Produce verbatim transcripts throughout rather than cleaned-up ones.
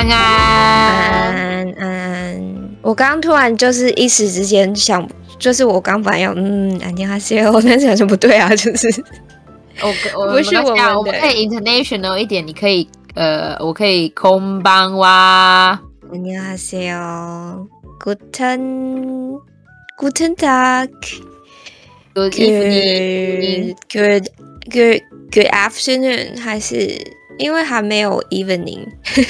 安安， 安安。我刚刚突然就是一时之间想，就是我刚本来要嗯安妮哈塞哦，但是好像不对啊，就是我我不是我们的， 我们可以 international 一点，你可以呃，我可以空邦哇， 安妮哈塞哦 ，Guten Guten Tag。Good evening good good good afternoon 还是因为还没有 evening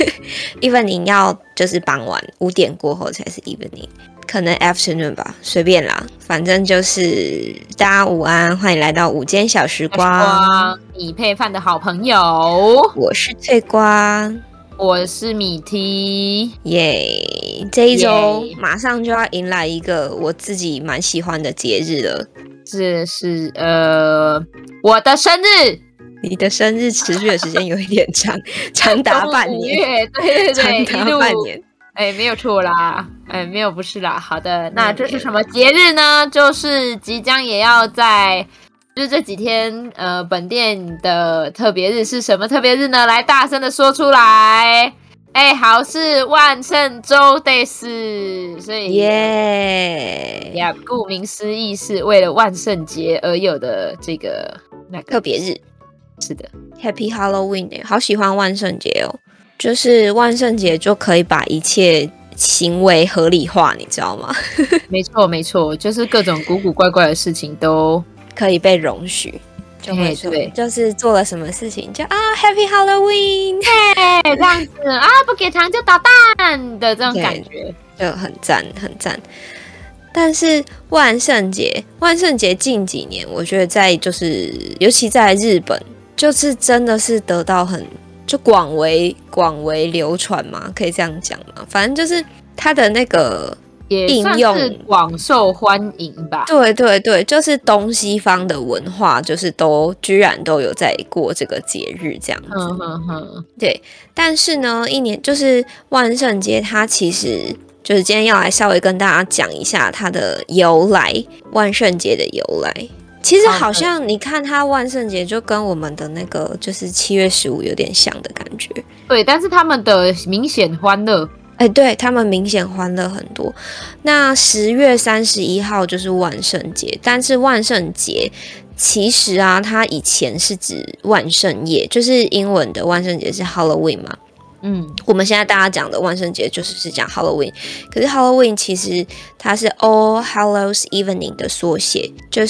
evening 要就是傍晚五点过后才是 evening， 可能 afternoon 吧，随便啦，反正就是大家午安，欢迎来到午间小时光， 你配饭的好朋友， 我是翠瓜， 我是米 T， 耶、yeah, 这一周、yeah. 马上就要迎来一个我自己蛮喜欢的节日了， 这是呃我的生日。 你的生日持续的时间有一点长，长达半年， 对对对， 长达半年， 哎，没有错啦，哎，没有不是啦。好的，那这是什么节日呢？就是即将也要在，就是这几天，呃，本店的特别日是什么特别日呢？来大声的说出来。哎，好，是万圣周的事，所以耶呀，顾名思义是为了万圣节而有的这个那个特别日。 是的 Happy Halloween、欸、好喜欢万圣节哦，就是万圣节就可以把一切行为合理化，你知道吗？ 没错没错，就是各种古古怪怪的事情都可以被容许，就会说对， 就是做了什么事情就啊 Happy Halloween， 对，这样子啊，不给糖就捣蛋的这种感觉， 就很赞很赞。但是万圣节，万圣节近几年，我觉得在就是尤其在日本。就是真的是得到很就广为广为流传嘛，可以这样讲嘛。反正就是它的那个应用也算是广受欢迎吧。 对对对，就是东西方的文化，就是都居然都有在过这个节日这样子。 哼哼哼对，但是呢，一年就是万圣节，它其实就是今天要来稍微跟大家讲一下它的由来，万圣节的由来。其实好像你看它万圣节就跟我们的那个就是七月十五有点像的感觉， 对，但是他们的明显欢乐， 哎，对他们明显欢乐很多。那十月三十一号就是万圣节，但是万圣节其实啊，它以前是指万圣夜，就是英文的万圣节是 Halloween 嘛。嗯，我们现在大家讲的万圣节就是是讲 Halloween， 可是 Halloween 其实它是 All Hallows Evening 的缩写，就是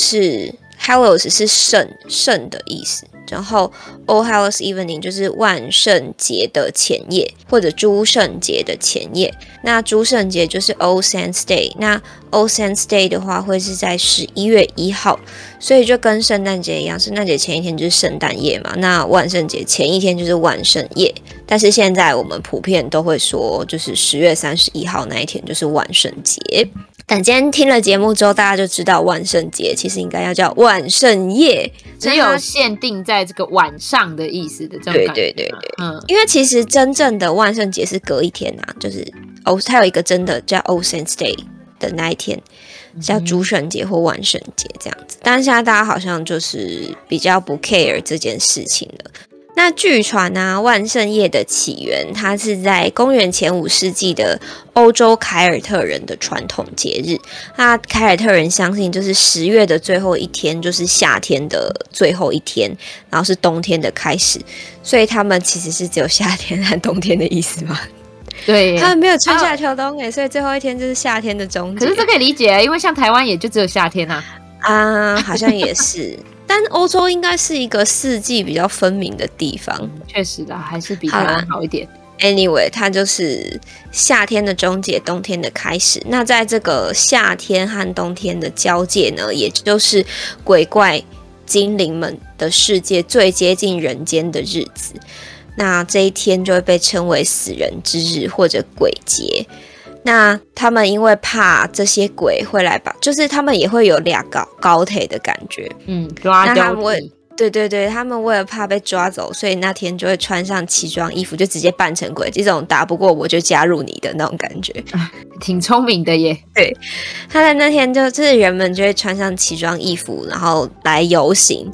Hallows 是圣圣的意思，然后 All Hallows Evening 就是万圣节的前夜或者诸圣节的前夜。那诸圣节就是 All Saints Day， 那 All Saints Day 的话会是在十一月一号，所以就跟圣诞节一样，圣诞节前一天就是圣诞夜嘛，那万圣节前一天就是万圣夜。但是现在我们普遍都会说，就是十月三十一号那一天就是万圣节。但今天听了节目之后，大家就知道万圣节其实应该要叫万圣夜， 只有限定在这个晚上的意思的这种感觉。 对对对对，嗯，因为其实真正的万圣节是隔一天啊，就是哦，它有一个真的叫 All Saints Day 的那一天，叫诸圣节或万圣节这样子。但是现在大家好像就是比较不 care 这件事情了。那据传啊，万圣夜的起源，它是在公元前五世纪的欧洲凯尔特人的传统节日。那凯尔特人相信，就是十月的最后一天，就是夏天的最后一天，然后是冬天的开始，所以他们其实是只有夏天和冬天的意思嘛。 对， 他们没有春夏秋冬哎，所以最后一天就是夏天的终结。 可是这可以理解，因为像台湾也就只有夏天啊。 啊，好像也是。但欧洲应该是一个四季比较分明的地方， 确实啦，还是比台湾好一点。 Anyway， 它就是夏天的终结，冬天的开始。那在这个夏天和冬天的交界呢，也就是鬼怪精灵们的世界最接近人间的日子。那这一天就会被称为死人之日或者鬼节。那他们因为怕这些鬼会来把，就是他们也会有俩高高腿的感觉， 嗯，抓交替。 对对对，他们为了怕被抓走，所以那天就会穿上奇装异服，就直接扮成鬼，这种打不过我就加入你的那种感觉， 啊、挺聪明的耶。 对，他在那天就就是人们就会穿上奇装异服，然后来游行。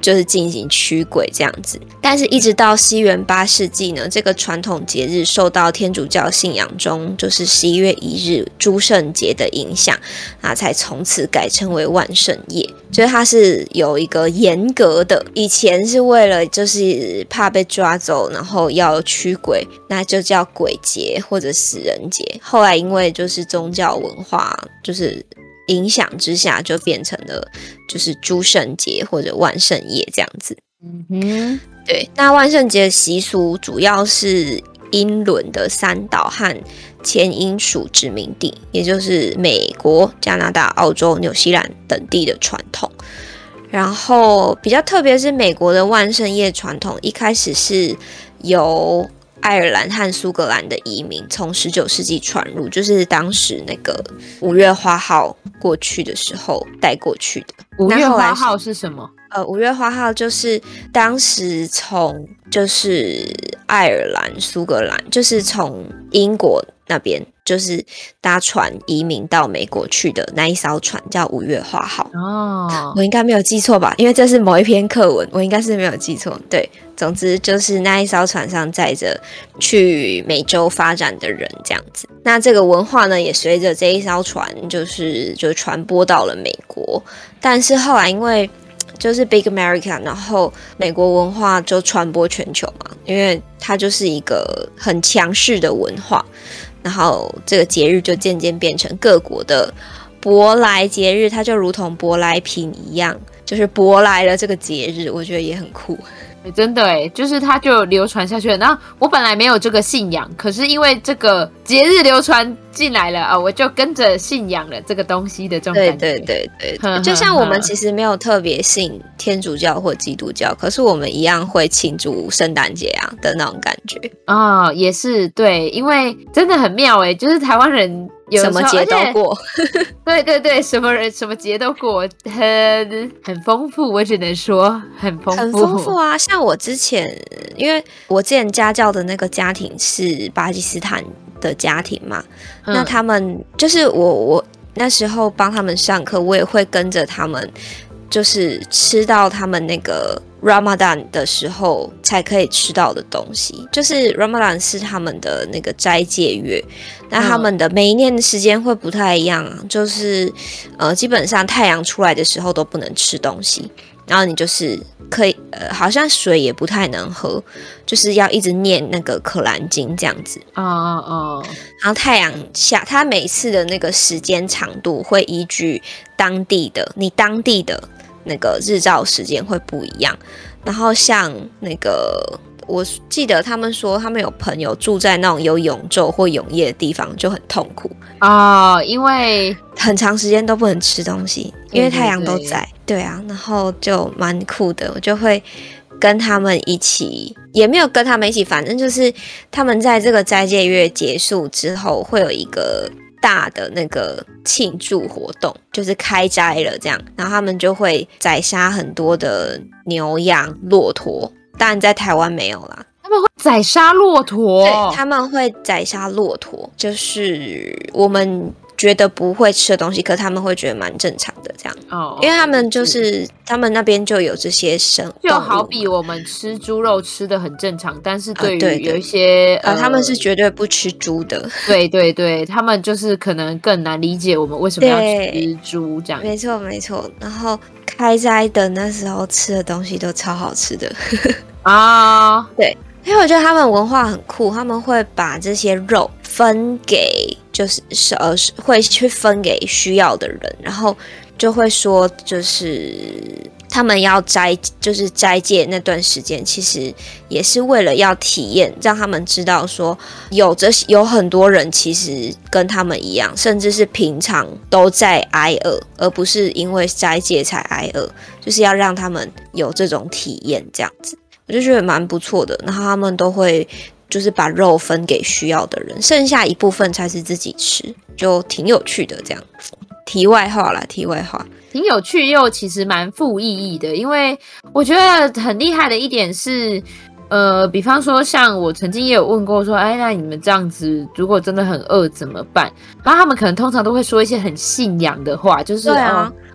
就是进行驱鬼这样子。但是一直到西元八世纪呢，这个传统节日受到天主教信仰中就是十一月一日诸圣节的影响，那才从此改称为万圣夜。就是它是有一个严格的，以前是为了就是怕被抓走，然后要驱鬼，那就叫鬼节或者死人节。后来因为就是宗教文化就是影响之下，就变成了就是诸圣节或者万圣夜这样子。 嗯哼， 对，那万圣节的习俗主要是英伦的三岛和前英属殖民地，也就是美国、加拿大、澳洲、纽西兰等地的传统。然后比较特别是美国的万圣夜传统，一开始是由爱尔兰和苏格兰的移民从十九世纪传入，就是当时那个五月花号过去的时候带过去的。 五月花号是什么？ 呃，五月花号就是当时从就是爱尔兰、苏格兰，就是从英国那边就是搭船移民到美国去的那一艘船叫五月花号。 哦， 我应该没有记错吧？因为这是某一篇课文，我应该是没有记错。对，总之就是那一艘船上载着去美洲发展的人这样子。那这个文化呢，也随着这一艘船就是就传播到了美国，但是后来因为就是 Big America， 然后美国文化就传播全球嘛，因为它就是一个很强势的文化，然后这个节日就渐渐变成各国的舶来节日，它就如同舶来品一样，就是舶来了这个节日，我觉得也很酷。 真的耶，就是它就流传下去了。然后我本来没有这个信仰，可是因为这个节日流传进来了啊，我就跟着信仰了这个东西的这种感觉。 对对对对，就像我们其实没有特别信天主教或基督教，可是我们一样会庆祝圣诞节啊的那种感觉。 哦，也是对，因为真的很妙耶，就是台湾人有什么节都过。 对对对，什么人什么节都过，很很丰富，我只能说很丰富， 很丰富啊！像我之前，因为我之前家教的那个家庭是巴基斯坦的家庭嘛，嗯、那他们就是我我那时候帮他们上课，我也会跟着他们，就是吃到他们那个 Ramadan 的时候才可以吃到的东西，就是 Ramadan 是他们的那个斋戒月，那他们的每一年的时间会不太一样，就是呃基本上太阳出来的时候都不能吃东西，然后你就是可以呃好像水也不太能喝，就是要一直念那个可兰经这样子。 哦哦哦。 然后太阳下，它每次的那个时间长度会依据当地的你当地的那个日照时间会不一样。然后像那个我记得他们说他们有朋友住在那种有永昼或永夜的地方就很痛苦哦，因为很长时间都不能吃东西，因为太阳都在。对啊，然后就蛮酷的，我就会跟他们一起，也没有跟他们一起，反正就是他们在这个斋戒月结束之后会有一个大的那个庆祝活动，就是开斋了这样，然后他们就会宰杀很多的牛羊骆驼，当然在台湾没有啦。 他们会宰杀骆驼？ 对，他们会宰杀骆驼，就是我们觉得不会吃的东西，可他们会觉得蛮正常的这样。哦，因为他们就是他们那边就有这些生就好比我们吃猪肉吃的很正常，但是对于有一些、 呃、呃他们是绝对不吃猪的。 对对对，他们就是可能更难理解我们为什么要吃猪这样。 没错没错，然后开斋的那时候吃的东西都超好吃的啊、哦。对，因为我觉得他们文化很酷，他们会把这些肉分给就是呃会去分给需要的人，然后就会说就是他们要斋就是斋戒那段时间，其实也是为了要体验，让他们知道说有这有很多人其实跟他们一样，甚至是平常都在挨饿，而不是因为斋戒才挨饿，就是要让他们有这种体验这样子。我就觉得蛮不错的，然后他们都会就是把肉分给需要的人，剩下一部分才是自己吃，就挺有趣的这样。题外话啦，题外话， 挺有趣又其实蛮富意义的，因为我觉得很厉害的一点是，呃，比方说像我曾经也有问过说，哎，那你们这样子如果真的很饿怎么办？然后他们可能通常都会说一些很信仰的话，就是对啊。 哦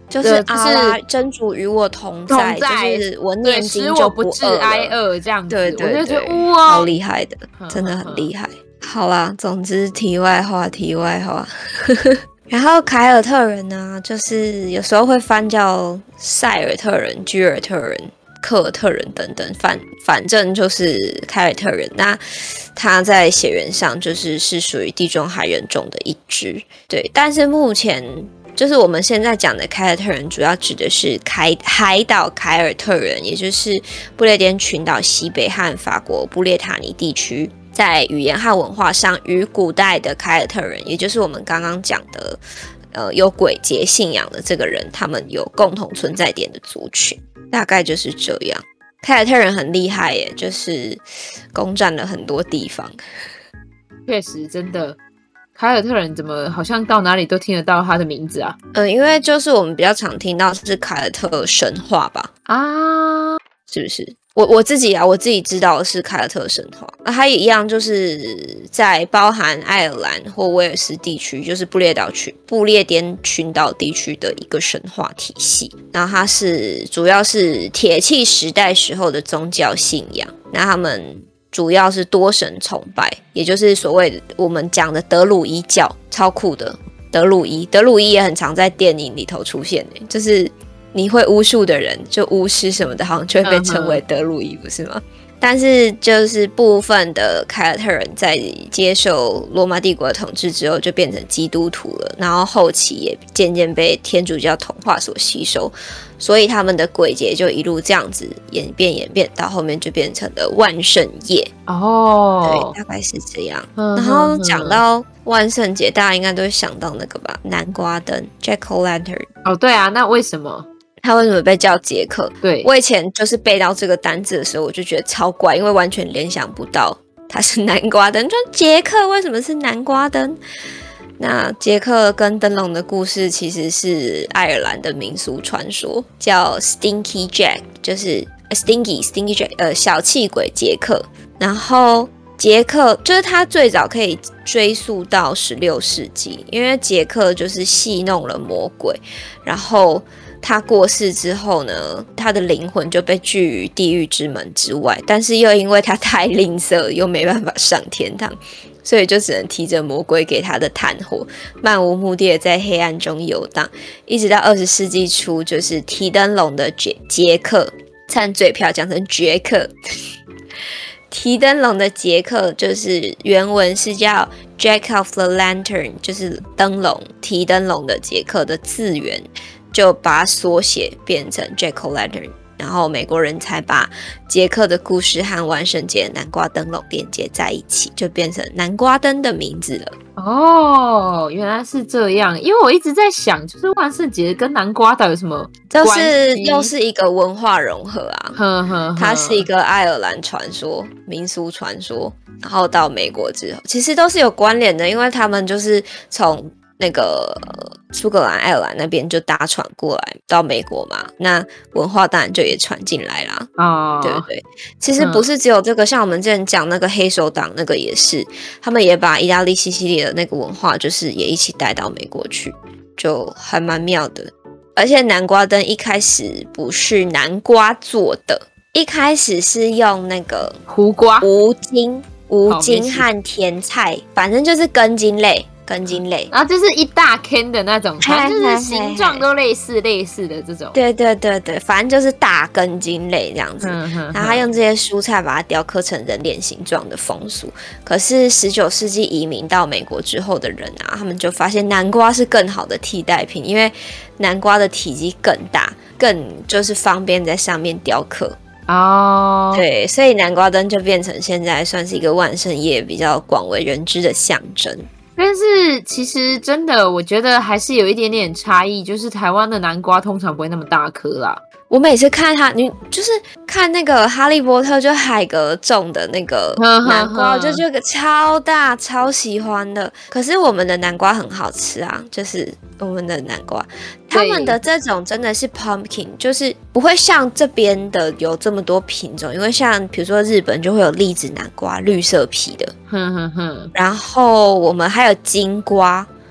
就是阿拉真主与我同在， 同在就是我念经就不饿了，哀饿这样子。 对对对， 我就觉得哇， 超厉害的，真的很厉害。好啦，总之题外话，题外话。然后凯尔特人呢，就是有时候会翻叫塞尔特人、居尔特人、克尔特人等等，反反正就是凯尔特人。那他在血缘上就是是属于地中海人种的一支，对。但是目前就是我们现在讲的凯尔特人，主要指的是凯海岛凯尔特人，也就是不列颠群岛西北和法国布列塔尼地区。在语言和文化上与古代的凯尔特人，也就是我们刚刚讲的呃有鬼节信仰的这个人，他们有共同存在点的族群，大概就是这样。凯尔特人很厉害耶，就是攻占了很多地方。 确实，真的，凯尔特人怎么好像到哪里都听得到他的名字啊？ 嗯、呃，因为就是我们比较常听到是凯尔特神话吧？ 啊， 是不是？我我自己啊，我自己知道的是凯尔特神话，那它也一样，就是在包含爱尔兰或威尔斯地区，就是不列岛群、不列颠群岛地区的一个神话体系。然后它是主要是铁器时代时候的宗教信仰，那他们主要是多神崇拜，也就是所谓的我们讲的德鲁伊教，超酷的德鲁伊。德鲁伊也很常在电影里头出现的，就是你会巫术的人，就巫师什么的，好像就会被称为德鲁伊，不是吗？但是就是部分的凯尔特人在接受罗马帝国的统治之后，就变成基督徒了，然后后期也渐渐被天主教同化所吸收，所以他们的鬼节就一路这样子演变演变，到后面就变成了万圣夜。 哦， 对，大概是这样。嗯、然后讲到万圣节，大家应该都会想到那个吧，南瓜灯 Jack-o'-lantern。 哦，对啊，那为什么？ 他为什么被叫杰克？ 对， 我以前就是背到这个单字的时候，我就觉得超怪，因为完全联想不到他是南瓜灯。就杰克为什么是南瓜灯？那杰克跟灯笼的故事其实是爱尔兰的民俗传说，叫 Stinky Jack， 就是 Stinky Stinky Jack， 呃，小气鬼杰克。然后杰克就是他最早可以追溯到十六世纪，因为杰克就是戏弄了魔鬼，然后他过世之后呢，他的灵魂就被拒于地狱之门之外，但是又因为他太吝啬，又没办法上天堂，所以就只能提着魔鬼给他的炭火，漫无目的的在黑暗中游荡，一直到二十世纪初，就是提灯笼的杰杰克，灿嘴瓢讲成杰克。提灯笼的杰克就是原文是叫 Jack of the Lantern， 就是灯笼提灯笼的杰克的字源，就把它缩写变成 Jack-o'-lantern， 然后美国人才把杰克的故事和万圣节的南瓜灯笼连接在一起，就变成南瓜灯的名字了。 哦，原来是这样。因为我一直在想，就是万圣节跟南瓜岛有什么关系？ 就是又是一个文化融合啊。 呵呵呵，它是一个爱尔兰传说、民俗传说，然后到美国之后，其实都是有关联的，因为他们就是从那个苏格兰、爱尔兰那边就搭船过来到美国嘛，那文化当然就也传进来啦。 哦， 对不对？其实不是只有这个，嗯、像我们之前讲那个黑手党那个也是，他们也把意大利、西西里的那个文化，就是也一起带到美国去，就还蛮妙的。而且南瓜灯一开始不是南瓜做的，一开始是用那个胡瓜、 无筋、无筋和甜菜，反正就是根茎类。根茎类， 然后就是一大坑的那种，反正就是形状都类似类似的这种。 对对对对，反正就是大根茎类这样子。嗯、然后他用这些蔬菜把它雕刻成人脸形状的风俗。可是十九世纪移民到美国之后的人啊，他们就发现南瓜是更好的替代品，因为南瓜的体积更大，更就是方便在上面雕刻。 哦， 对，所以南瓜灯就变成现在算是一个万圣夜比较广为人知的象征。 但是其实真的，我觉得还是有一点点差异，就是台湾的南瓜通常不会那么大颗啦。 我每次看他，你就是看那个哈利波特，就海格种的那个南瓜，我就觉得超大，超喜欢的。可是我们的南瓜很好吃啊，就是我们的南瓜，他们的这种真的是 pumpkin， 就是不会像这边的有这么多品种，因为像比如说日本就会有栗子南瓜，绿色皮的， 哼哼哼， 然后我们还有金瓜。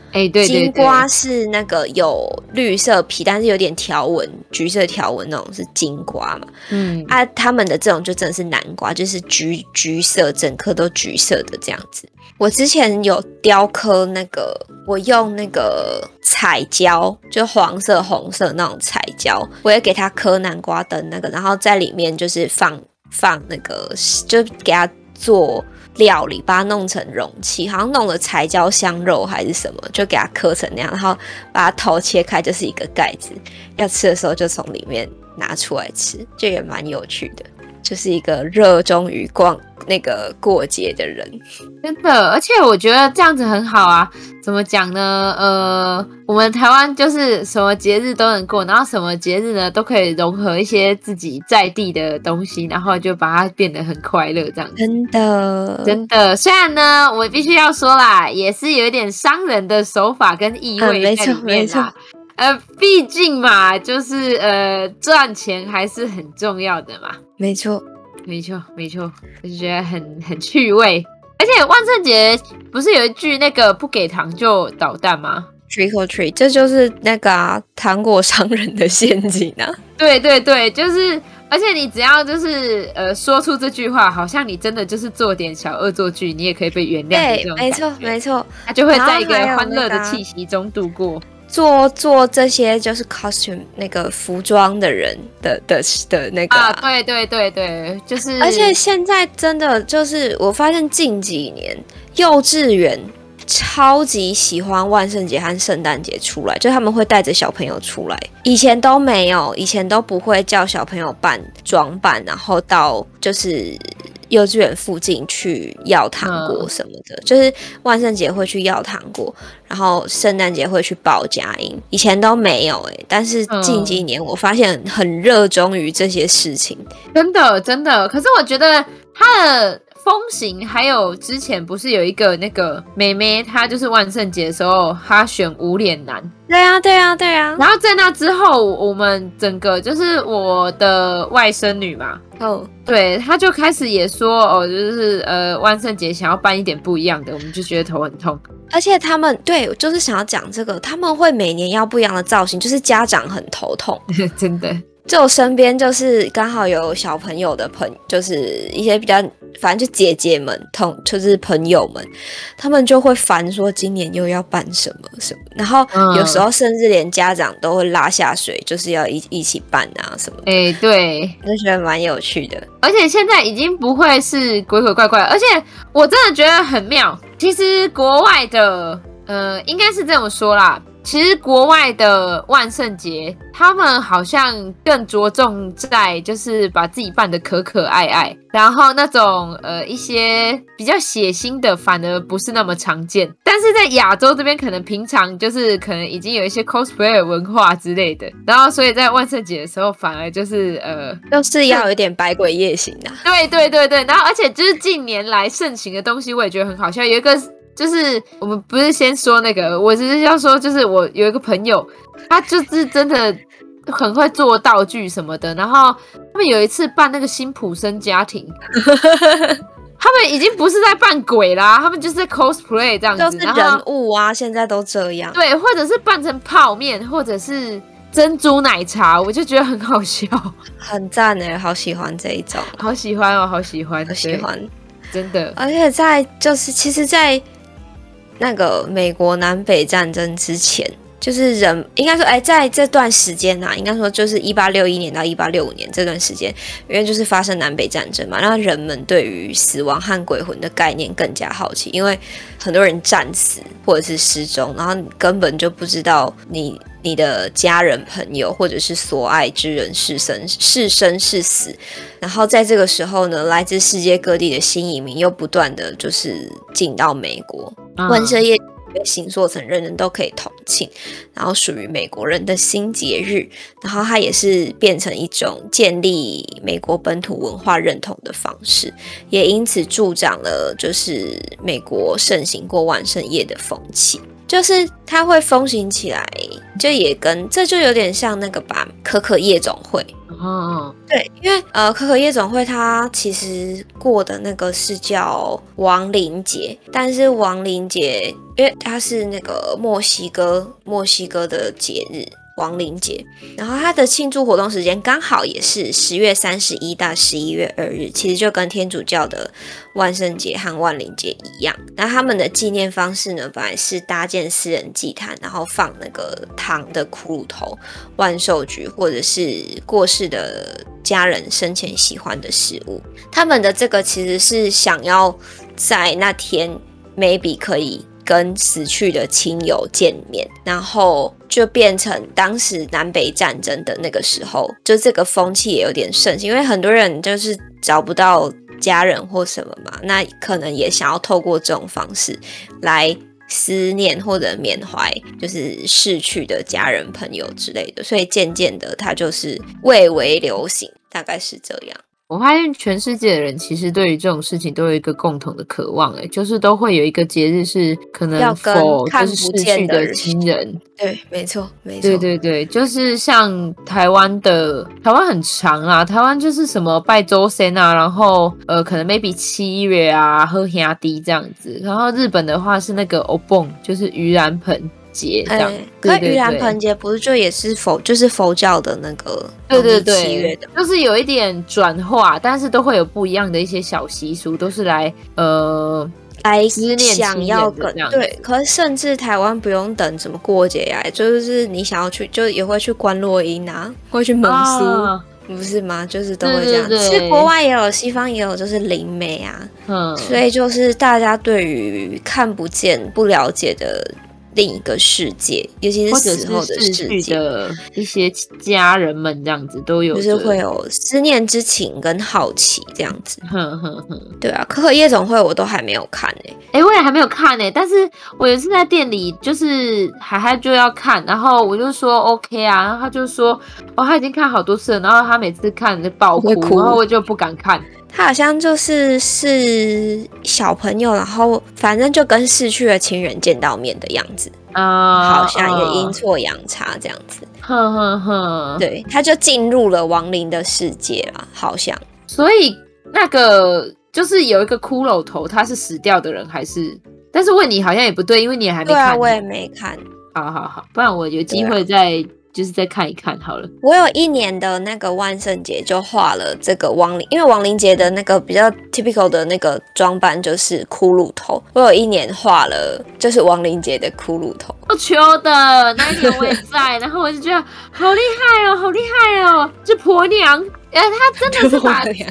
哎、欸，对对对， 金瓜是那个有绿色皮，但是有点条纹，橘色条纹那种是金瓜嘛。嗯，啊，他们的这种就真的是南瓜，就是橘橘色，整颗都橘色的这样子。我之前有雕刻那个，我用那个彩胶，就黄色、红色那种彩胶，我也给它刻南瓜灯那个，然后在里面就是放放那个，就给它做料理，把它弄成容器，好像弄了彩椒香肉还是什么，就给它刻成那样，然后把它头切开，就是一个盖子，要吃的时候就从里面拿出来吃，就也蛮有趣的，就是一个热衷于逛那个过节的人。 真的，而且我觉得这样子很好啊。怎么讲呢？呃，我们台湾就是什么节日都能过，然后什么节日呢都可以融合一些自己在地的东西，然后就把它变得很快乐这样子。 真的， 真的。虽然呢，我必须要说啦，也是有一点伤人的手法跟意味在里面啦。呃，毕竟嘛，就是呃，赚钱还是很重要的嘛。 没错， 没错，没错，我就觉得很很趣味。而且万圣节不是有一句那个不给糖就捣蛋吗 ？Trick or treat， 这就是那个、啊、糖果商人的陷阱啊！ 对对对，就是，而且你只要就是呃说出这句话，好像你真的就是做点小恶作剧，你也可以被原谅的这种感觉。 没错没错， 他就会在一个欢乐的气息中度过。 做做这些就是 costume 那个服装的人的的的那个啊， 啊对对对对，就是， 而且现在真的就是我发现近几年幼稚园超级喜欢万圣节和圣诞节出来，就他们会带着小朋友出来，以前都没有，以前都不会叫小朋友扮装扮，然后到就是幼稚园附近去要糖果什么的、嗯、就是万圣节会去要糖果，然后圣诞节会去报佳音，以前都没有欸，但是近几年我发现很热衷于这些事情、嗯、 真的真的。可是我觉得他的风行还有之前不是有一个那个妹妹，她就是万圣节的时候她选无脸男。 对啊对啊对啊， 然后在那之后我们整个就是我的外甥女嘛， 哦， 对，她就开始也说哦，就是呃万圣节想要办一点不一样的，我们就觉得头很痛。 而且他们对，就是想要讲这个，他们会每年要不一样的造型，就是家长很头痛真的。 就我身边就是刚好有小朋友的朋友，就是一些比较反正就姐姐们同就是朋友们，他们就会烦说今年又要办什么什么，然后有时候甚至连家长都会拉下水，就是要一一起办啊什么的。 哎、欸，对， 就觉得蛮有趣的。 而且现在已经不会是鬼鬼怪怪，而且我真的觉得很妙。其实国外的呃，应该是这么说啦。其实国外的万圣节，他们好像更着重在就是把自己扮得可可爱爱，然后那种呃一些比较血腥的反而不是那么常见。但是在亚洲这边，可能平常就是可能已经有一些 cosplay 文化之类的，然后所以在万圣节的时候，反而就是呃就是要有一点百鬼夜行啊。 对对对对，然后而且就是近年来盛行的东西，我也觉得很好笑。有一个。就是我们不是先说那个，我只是要说，就是我有一个朋友，他就是真的很会做道具什么的。然后他们有一次办那个辛普森家庭，他们已经不是在扮鬼啦，他们就是在 cosplay 这样子， 就是人物啊，现在都这样。 对，或者是扮成泡面，或者是珍珠奶茶，我就觉得很好笑， 很赞哎，好喜欢这一种， 好喜欢哦，好喜欢， 好喜欢， 真的。 而且在就是其实，在那个美国南北战争之前，就是人应该说，哎，在这段时间啊，应该说就是一八六一年到一八六五年这段时间，因为就是发生南北战争嘛，让人们对于死亡和鬼魂的概念更加好奇，因为很多人战死或者是失踪，然后你根本就不知道你你的家人朋友或者是所爱之人是生是生是死。然后在这个时候呢，来自世界各地的新移民又不断的就是进到美国，万圣夜被形塑成人人都可以同庆，然后属于美国人的新节日，然后它也是变成一种建立美国本土文化认同的方式，也因此助长了就是美国盛行过万圣夜的风气。就是它会风行起来，就也跟这就有点像那个吧，可可夜总会。 哦， 对，因为呃，可可夜总会它其实过的那个是叫亡灵节，但是亡灵节因为它是那个墨西哥墨西哥的节日。亡灵节，然后它的庆祝活动时间刚好也是十月三十一到十一月二日，其实就跟天主教的万圣节和万灵节一样。那他们的纪念方式呢，本来是搭建私人祭坛，然后放那个糖的骷髅头、万寿菊，或者是过世的家人生前喜欢的食物。他们的这个其实是想要在那天 maybe 可以跟死去的亲友见面，然后就变成当时南北战争的那个时候，就这个风气也有点盛行，因为很多人就是找不到家人或什么嘛，那可能也想要透过这种方式来思念或者缅怀就是逝去的家人朋友之类的，所以渐渐的它就是蔚为流行，大概是这样。 我发现全世界的人其实对于这种事情都有一个共同的渴望，欸，就是都会有一个节日是可能否就是逝去的亲人。 对，没错，没错。 对对对，就是像台湾的，台湾很长啊，台湾就是什么拜周生啊，然后呃可能 maybe 七月啊喝兄弟这样子，然后日本的话是那个 Obon， 就是盂兰盆节这样。 欸、可盂兰盆节不是就也是佛就是佛教的那个对对对七月的， 就是有一点转化，但是都会有不一样的一些小习俗，都是来呃来思念想要跟对，可是甚至台湾不用等怎么过节呀，就是你想要去就也会去观落阴啊，会去蒙苏。啊不是吗？就是都会这样。其实国外也有，西方也有，就是灵媒啊。嗯，所以就是大家对于看不见、不了解的另一个世界，尤其是死后的世界的一些家人们，这样子都有， 就是会有思念之情跟好奇这样子。 哼哼哼， 对啊，可可夜总会我都还没有看哎、欸， 哎、欸，我也还没有看哎、欸，但是我有一次在店里，就是海海就要看，然后我就说 OK 啊，然后他就说哦他已经看好多次了，然后他每次看就爆哭，哭然后我就不敢看。 他好像就是是小朋友，然后反正就跟逝去的亲人见到面的样子啊， uh, 好像也阴错阳差这样子。 呵呵呵， 对，他就进入了亡灵的世界啦，好像。 所以那个就是有一个骷髅头，他是死掉的人还是？但是问你好像也不对，因为你也还没看。对啊，我也没看。 好好好，不然我有机会再。就是再看一看好了。 我有一年的那个万圣节就画了这个亡灵，因为亡灵节的那个比较 typical 的那个装扮就是骷髅头。我有一年画了就是亡灵节的骷髅头。 我求的那一年我也在，然后我就觉得好厉害哦，好厉害哦，这婆娘，哎，她真的是把对，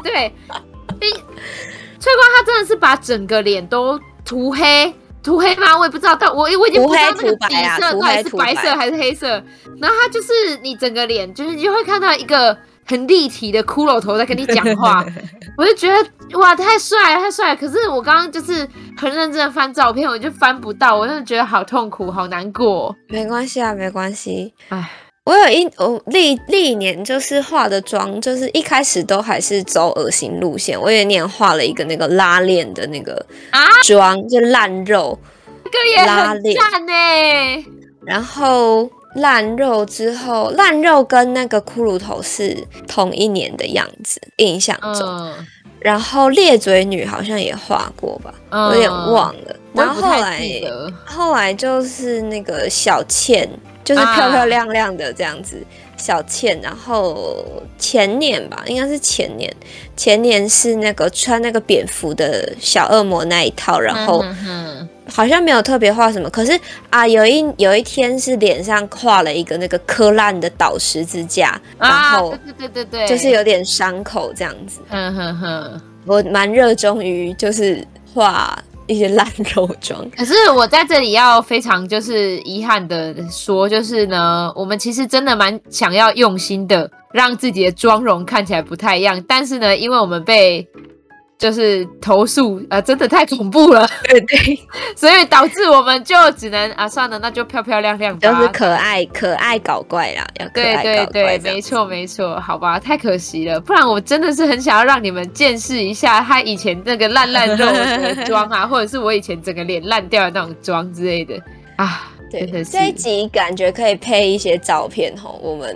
翠光她真的是把整个脸都涂黑。涂黑吗？我也不知道，但我我已经不知道那个底色到底是白色还是黑色。然后它就是你整个脸，就是你就会看到一个很立体的骷髅头在跟你讲话。我就觉得哇，太帅了，太帅了！可是我刚刚就是很认真的翻照片，我就翻不到，我真的觉得好痛苦，好难过。 没关系啊，没关系。唉。我有一我历历年就是化的妆，就是一开始都还是走恶心路线。我有一年画了一个那个拉链的那个妆，啊、就烂肉， 这个也很赞欸。 然后烂肉之后，烂肉跟那个骷髅头是同一年的样子，印象中。嗯、然后裂嘴女好像也画过吧，嗯、有点忘了。然后后来后来就是那个小倩。就是漂漂亮亮的这样子，啊、小倩，然后前年吧，应该是前年，前年是那个穿那个蝙蝠的小恶魔那一套，然后好像没有特别画什么，可是啊，有一有一天是脸上画了一个那个磕烂的倒十字架，然后对对对对， 就是有点伤口这样子。 哼哼哼， 我蛮热衷于就是画。一些烂肉妆， 可是我在这里要非常就是遗憾的说，就是呢，我们其实真的蛮想要用心的让自己的妆容看起来不太一样，但是呢，因为我们被就是投诉啊、呃，真的太恐怖了， 对对， 所以导致我们就只能啊，算了，那就漂漂亮亮吧， 就是可爱可爱搞怪啦，要可爱搞怪， 对对对，没错没错，好吧，太可惜了，不然我真的是很想要让你们见识一下他以前那个烂烂肉的妆啊，或者是我以前整个脸烂掉的那种妆之类的啊， 对，这一集感觉可以配一些照片吼，我们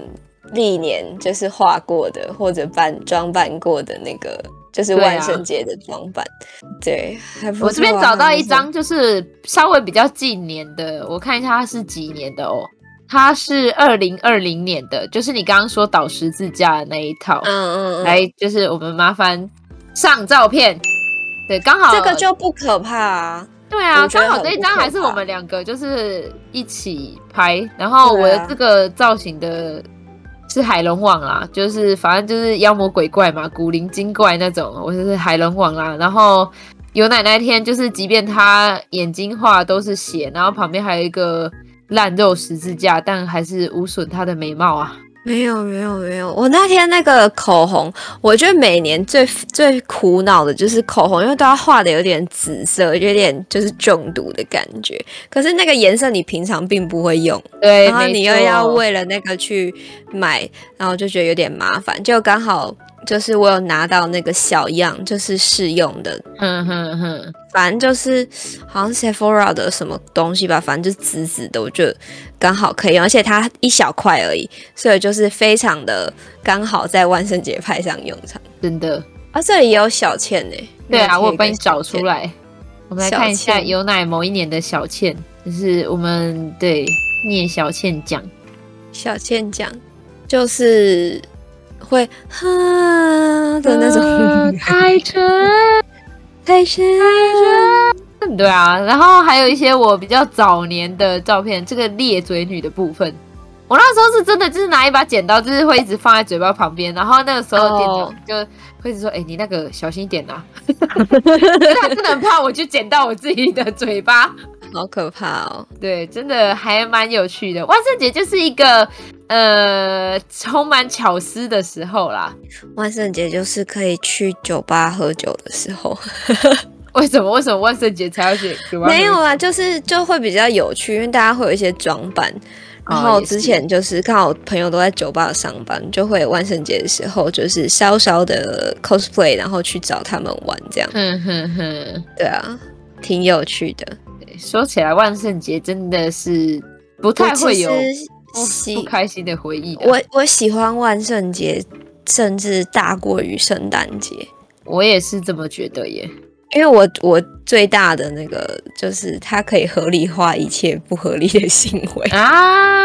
历年就是画过的或者扮装扮过的那个，就是万圣节的装扮。对，还不错啊。 我这边找到一张就是稍微比较近年的，我看一下它是几年的哦。它是二零二零年的，就是你刚刚说倒十字架的那一套。 嗯嗯嗯。 来，就是我们麻烦上照片。对，刚好这个就不可怕啊。 对啊，刚好这一张还是我们两个就是一起拍，然后我的这个造型的是海龙王啦，就是反正就是妖魔鬼怪嘛，古灵精怪那种，我就是海龙王啦。然后有奶那天就是即便他眼睛画都是血，然后旁边还有一个烂肉十字架，但还是无损他的美貌啊。 没有没有没有，我那天那个口红，我觉得每年最最苦恼的就是口红，因为都要画的有点紫色，有点就是中毒的感觉。可是那个颜色你平常并不会用， 对， 然后你又要为了那个去买，然后就觉得有点麻烦。就刚好就是我有拿到那个小样，就是试用的， 哼哼哼， 反正就是好像是 Sephora 的什么东西吧，反正就是紫紫的，我觉得刚好可以用，而且它一小块而已，所以就是非常的刚好在万圣节派上用场， 真的。 啊，这里也有小倩呢、欸。 对啊，我有帮你找出来。我们来看一下有奶某一年的小倩，就是我们对念小倩奖。 小倩奖就是会哈的那种太沉太深太沉。对啊，然后还有一些我比较早年的照片，这个咧嘴女的部分，我那时候是真的就是拿一把剪刀，就是会一直放在嘴巴旁边，然后那个时候店长就会一直说：“哎、欸，你那个小心一点啊！”他真的很怕我去剪到我自己的嘴巴， 好可怕哦。 对，真的还蛮有趣的。万圣节就是一个呃充满巧思的时候啦。 万圣节就是可以去酒吧喝酒的时候。 为什么？为什么万圣节才要去酒吧喝酒？ 没有啊，就是就会比较有趣，因为大家会有一些装扮。然后之前就是看我朋友都在酒吧上班，就会万圣节的时候就是稍稍的 cosplay， 然后去找他们玩这样。 哼哼哼， 对啊，挺有趣的。 对，说起来万圣节真的是不太会有不, 不开心的回忆的。 我我喜欢万圣节，甚至大过于圣诞节。 我也是这么觉得耶。 因为我我最大的那个就是它可以合理化一切不合理的行为啊，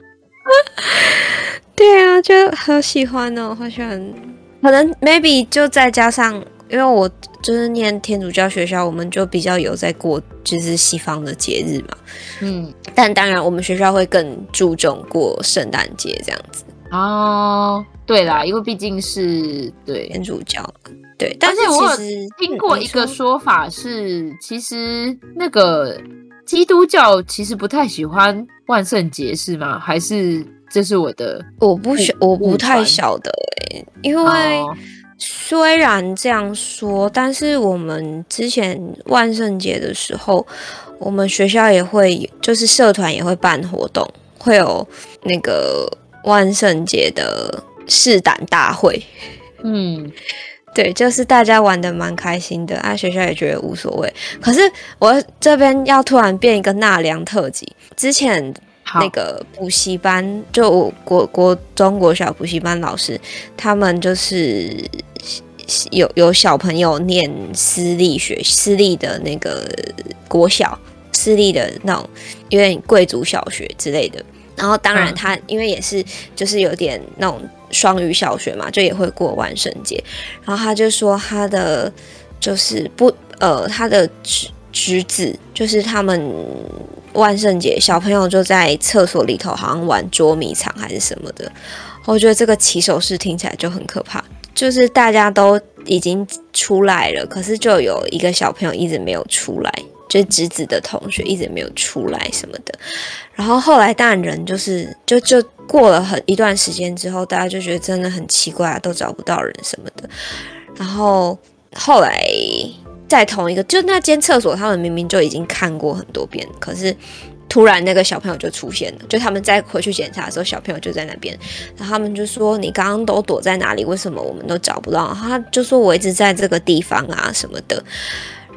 对啊，就好喜欢哦，好喜欢。可能 maybe 就再加上，因为我就是念天主教学校，我们就比较有在过就是西方的节日嘛，嗯，但当然我们学校会更注重过圣诞节这样子。 哦，对啦，因为毕竟是对天主教。对，但是我有其实听过一个说法是，其实那个基督教其实不太喜欢万圣节，是吗？还是这是我的我不晓我不太晓得哎、欸，因为虽然这样说，但是我们之前万圣节的时候，我们学校也会就是社团也会办活动，会有那个万圣节的试胆大会，嗯。对，就是大家玩得蛮开心的，啊，学校也觉得无所谓。可是我这边要突然变一个纳凉特辑，之前那个补习班，就我国国中国小补习班老师，他们就是有有小朋友念私立学私立的那个国小，私立的那种有点贵族小学之类的。然后当然他因为也是就是有点那种双语小学嘛，就也会过万圣节。然后他就说他的就是不呃他的侄侄子就是他们万圣节小朋友就在厕所里头好像玩捉迷藏还是什么的。我觉得这个起手式听起来就很可怕，就是大家都已经出来了，可是就有一个小朋友一直没有出来，就是侄子的同学一直没有出来什么的。然后后来当然人就是就就过了很一段时间之后，大家就觉得真的很奇怪啊，都找不到人什么的。然后后来在同一个就那间厕所，他们明明就已经看过很多遍，可是突然那个小朋友就出现了，就他们再回去检查的时候，小朋友就在那边，然后他们就说你刚刚都躲在哪里？为什么我们都找不到？然后他就说我一直在这个地方啊什么的。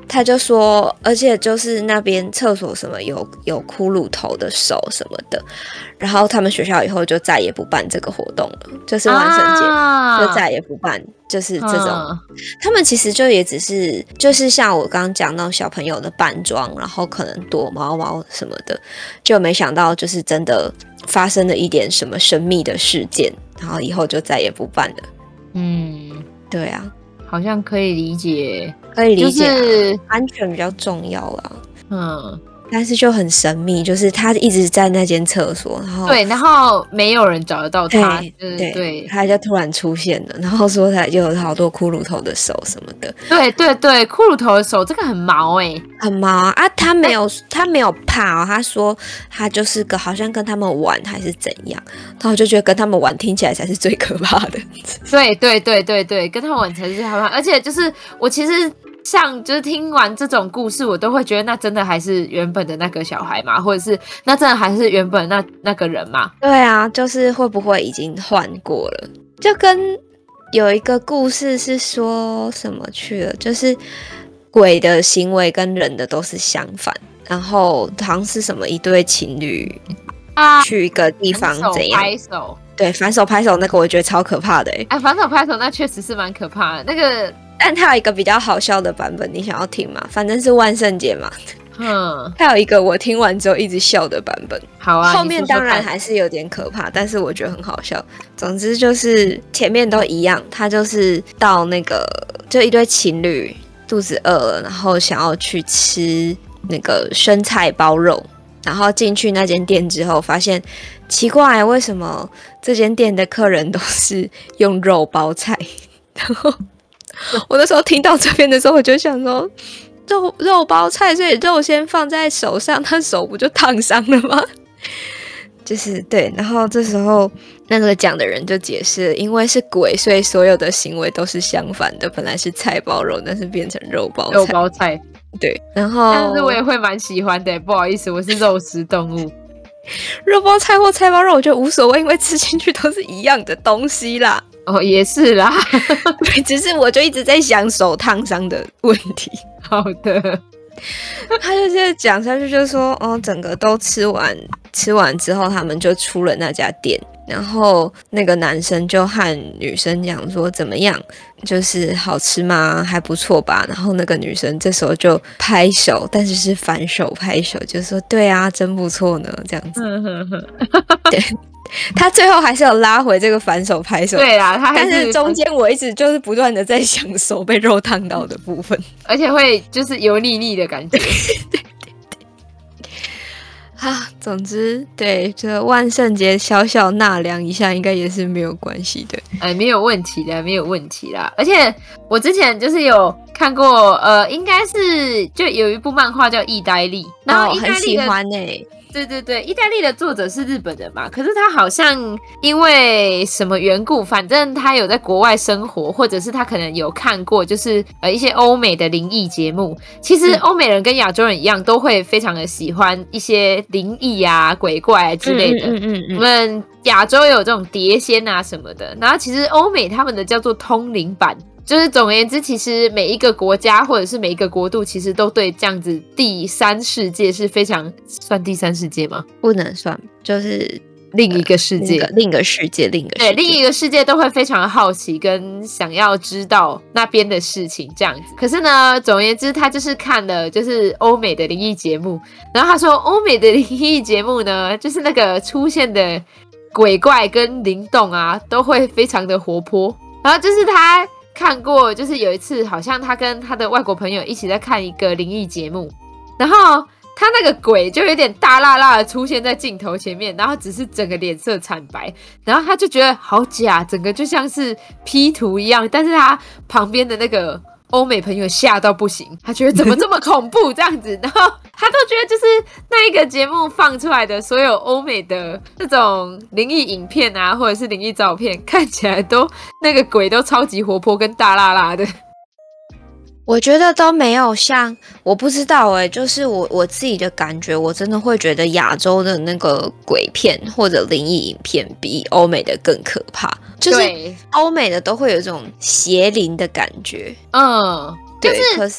他就说，而且就是那边厕所什么有有骷髅头的手什么的，然后他们学校以后就再也不办这个活动了，就是万圣节、啊、就再也不办，就是这种、啊、他们其实就也只是就是像我刚刚讲那种小朋友的扮装，然后可能躲猫猫什么的，就没想到就是真的发生了一点什么神秘的事件，然后以后就再也不办了。嗯，对啊， 好像可以理解， 可以理解、啊，就是安全比较重要啦。嗯，但是就很神秘，就是他一直在那间厕所，然后对，然后没有人找得到他，对、就是、 对, 对， 他就突然出现了，然后说他有好多骷髅头的手什么的。 对对对，骷髅头的手这个很毛哎、欸， 很毛啊！啊他没有他没有怕哦，他说他就是个好像跟他们玩还是怎样，然后我就觉得跟他们玩听起来才是最可怕的。 对对对对对，跟他们玩才是最可怕，而且就是我其实。像就是听完这种故事，我都会觉得那真的还是原本的那个小孩嘛，或者是那真的还是原本那那个人嘛？ 对啊，就是会不会已经换过了？就跟有一个故事是说什么去了，就是鬼的行为跟人的都是相反，然后好像是什么一对情侣啊去一个地方怎样？ 拍手， 对，反手拍手那个我觉得超可怕的哎、欸！ 哎，反手拍手那确实是蛮可怕的，那个。 但它有一个比较好笑的版本，你想要听吗？反正是万圣节嘛。嗯，它有一个我听完之后一直笑的版本。 好啊， 后面当然还是有点可怕，但是我觉得很好笑。总之就是前面都一样，他就是到那个就一对情侣肚子饿了，然后想要去吃那个生菜包肉，然后进去那间店之后，发现奇怪，为什么这间店的客人都是用肉包菜？然后我那时候听到这边的时候，我就想说，肉肉包菜，所以肉先放在手上，他手不就烫伤了吗？就是对，然后这时候那个讲的人就解释了，因为是鬼，所以所有的行为都是相反的。本来是菜包肉，但是变成肉包菜。 肉包菜， 对。然后， 但是我也会蛮喜欢的，不好意思，我是肉食动物。 肉包菜或菜包肉，我觉得无所谓，因为吃进去都是一样的东西啦。 哦，也是啦， 对，只是我就一直在想手烫伤的问题。 好的， 他就在讲下去，就说哦，整个都吃完，吃完之后，他们就出了那家店，然后那个男生就和女生讲说怎么样，就是好吃吗？还不错吧。然后那个女生这时候就拍手，但是是反手拍手，就说对啊，真不错呢，这样子。对。他最后还是有拉回这个反手拍手， 对啦，他还是但是中间我一直就是不断的在想手被肉烫到的部分， 而且会就是油腻腻的感觉。对对对，啊，总之对，这万圣节小小纳凉一下，应该也是没有关系的， 哎，没有问题的，没有问题啦。而且我之前就是有看过，呃，应该是就有一部漫画叫《意大利》，然后意大利的、 哦、很喜欢哎、欸。 对对对，意大利的作者是日本人嘛，可是他好像因为什么缘故，反正他有在国外生活，或者是他可能有看过就是呃一些欧美的灵异节目。其实欧美人跟亚洲人一样，都会非常的喜欢一些灵异啊、鬼怪啊之类的。嗯嗯嗯嗯我们亚洲有这种碟仙啊什么的，然后其实欧美他们的叫做通灵版。就是总而言之，其实每一个国家或者是每一个国度，其实都对这样子第三世界是非常算第三世界吗？ 不能算，就是另一个世界， 呃、另一个世界，另一个世界， 对，另一个世界都会非常好奇跟想要知道那边的事情这样子。可是呢，总而言之，他就是看了就是欧美的灵异节目，然后他说欧美的灵异节目呢，就是那个出现的鬼怪跟灵动啊，都会非常的活泼，然后就是他。看过，就是有一次，好像他跟他的外国朋友一起在看一个灵异节目，然后他那个鬼就有点大辣辣的出现在镜头前面，然后只是整个脸色惨白，然后他就觉得好假，整个就像是 P 图一样，但是他旁边的那个欧美朋友吓到不行，他觉得怎么这么恐怖这样子，然后他都觉得就是那一个节目放出来的所有欧美的那种灵异影片啊，或者是灵异照片，看起来都那个鬼都超级活泼跟大辣辣的。 我觉得都没有像，我不知道哎、欸，就是我我自己的感觉，我真的会觉得亚洲的那个鬼片或者灵异影片比欧美的更可怕，就是欧美的都会有一种邪灵的感觉， 嗯， 对， 就是可是欧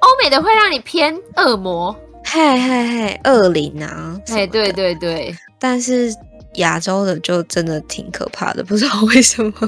美的会让你偏恶魔， 嘿嘿嘿，恶灵啊， 哎，对对对， 但是亚洲的就真的挺可怕的，不知道为什么。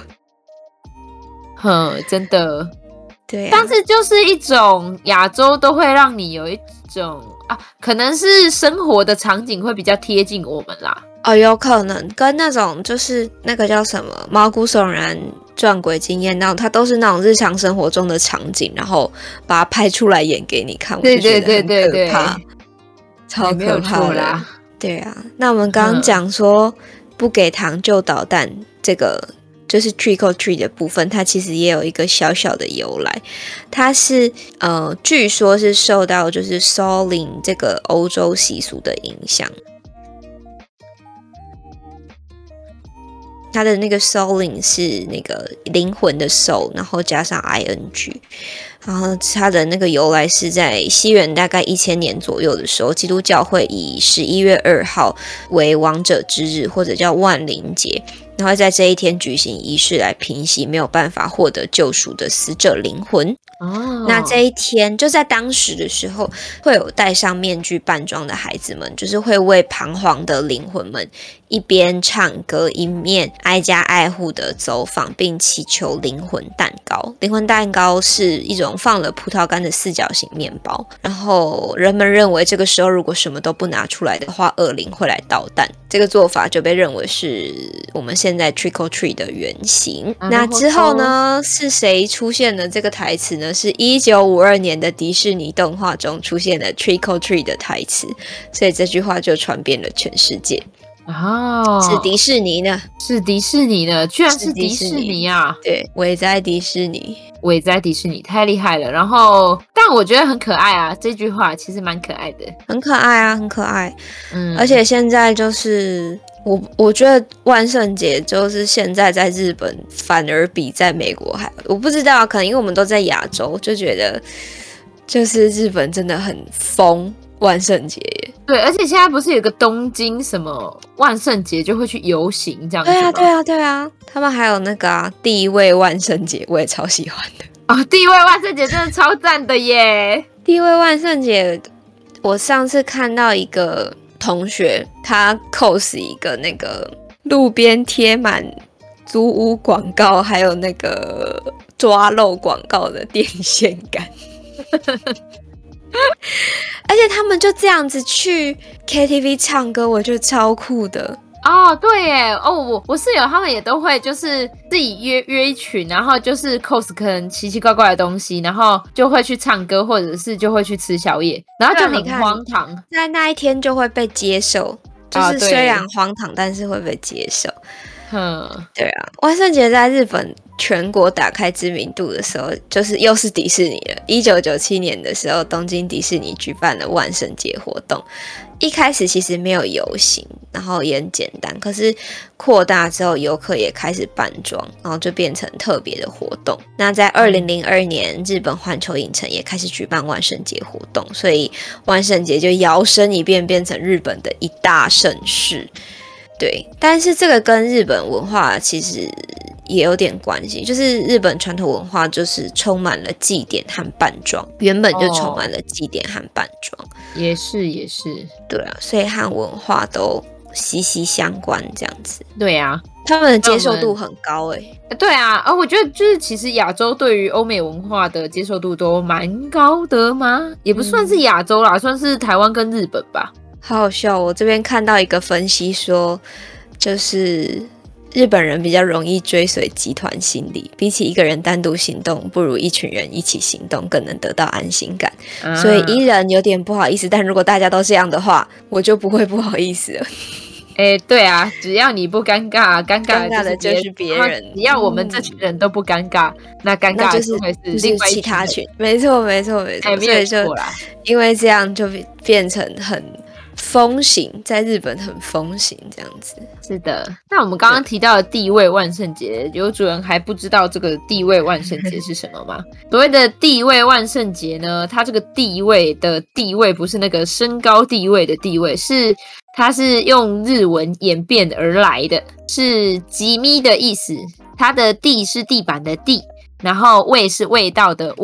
哼，真的， 对、啊， 但是就是一种亚洲都会让你有一种啊，可能是生活的场景会比较贴近我们啦。 哦，有可能跟那种就是那个叫什么毛骨悚然撞鬼经验，那种它都是那种日常生活中的场景，然后把它拍出来演给你看，我就觉得很可怕，超可怕的啦。对啊，那我们刚刚讲说、嗯、不给糖就捣蛋，这个就是 trick or treat 的部分，它其实也有一个小小的由来，它是呃，据说是受到就是 Samhain 这个欧洲习俗的影响。它的那个 Samhain 是那个灵魂的 soul， 然后加上 ing， 然后它的那个由来是在西元大概一千年左右的时候，基督教会以十一月二号为亡者之日，或者叫万灵节，然后在这一天举行仪式来平息没有办法获得救赎的死者灵魂。哦，那这一天就在当时的时候，会有戴上面具扮装的孩子们，就是会为彷徨的灵魂们一边唱歌一面挨家挨户的走访，并祈求灵魂蛋糕。灵魂蛋糕是一种放了葡萄干的四角形面包，然后人们认为这个时候如果什么都不拿出来的话，恶灵会来捣蛋。这个做法就被认为是我们现在 trick or treat 的原型。嗯、那之后呢，是谁出现了这个台词呢？是一九五二年的迪士尼动画中出现了 trick or treat 的台词，所以这句话就传遍了全世界。哦，是迪士尼呢？ 是迪士尼呢？居然是迪士尼啊！ 对，伟在迪士尼， 伟在迪士尼，太厉害了。然后，但我觉得很可爱啊，这句话其实蛮可爱的， 很可爱啊，很可爱。嗯，而且现在就是我，我觉得万圣节就是现在在日本反而比在美国还，我不知道，可能因为我们都在亚洲，就觉得就是日本真的很疯万圣节耶。 对，而且现在不是有个东京什么万圣节就会去游行这样子吗？ 对啊，对啊，对啊，他们还有那个啊，第一位万圣节，我也超喜欢的。 哦，第一位万圣节真的超赞的耶！ 第一位万圣节，我上次看到一个同学，他 cos 一个那个路边贴满租屋广告，还有那个抓漏广告的电线杆。而且他们就这样子去 K T V 唱歌，我觉得超酷的哦。对耶，哦，我我室友他们也都会就是自己约约一群，然后就是 cos 可能奇奇怪怪的东西，然后就会去唱歌，或者是就会去吃宵夜，然后就很荒唐， 在那一天就会被接受，就是虽然荒唐，但是会被接受。嗯，对啊，万圣节在日本全国打开知名度的时候，就是又是迪士尼了。一九九七年的时候，东京迪士尼举办了万圣节活动。一开始其实没有游行，然后也很简单，可是扩大之后，游客也开始扮装，然后就变成特别的活动。那在二零零二年，日本环球影城也开始举办万圣节活动，所以万圣节就摇身一变，变成日本的一大盛事。对，但是这个跟日本文化其实也有点关系，就是日本传统文化就是充满了祭典和扮装，原本就充满了祭典和扮装、哦、 也是也是， 对啊，所以和文化都息息相关这样子。 对啊， 他们的接受度很高诶、 欸。对啊，而我觉得就是其实亚洲对于欧美文化的接受度都蛮高的吗？也不算是亚洲啦、嗯、算是台湾跟日本吧。 好好笑，我这边看到一个分析说，就是日本人比较容易追随集团心理，比起一个人单独行动，不如一群人一起行动更能得到安心感、啊、所以一人有点不好意思，但如果大家都这样的话，我就不会不好意思了。 哎、欸，对啊，只要你不尴尬，尴尬的就是别人。 只要我们这群人都不尴尬，嗯、那尴尬就是会是另外其他群。没错，没错，没错。所以就因为这样就变成很风行，在日本很风行这样子。 是的，那我们刚刚提到的地位万圣节，有主人还不知道这个地位万圣节是什么吗？所谓的地位万圣节呢，它这个地位的地位不是那个身高地位的地位，是它是用日文演变而来的，是吉咪的意思。它的地是地板的地，然后味是味道的味，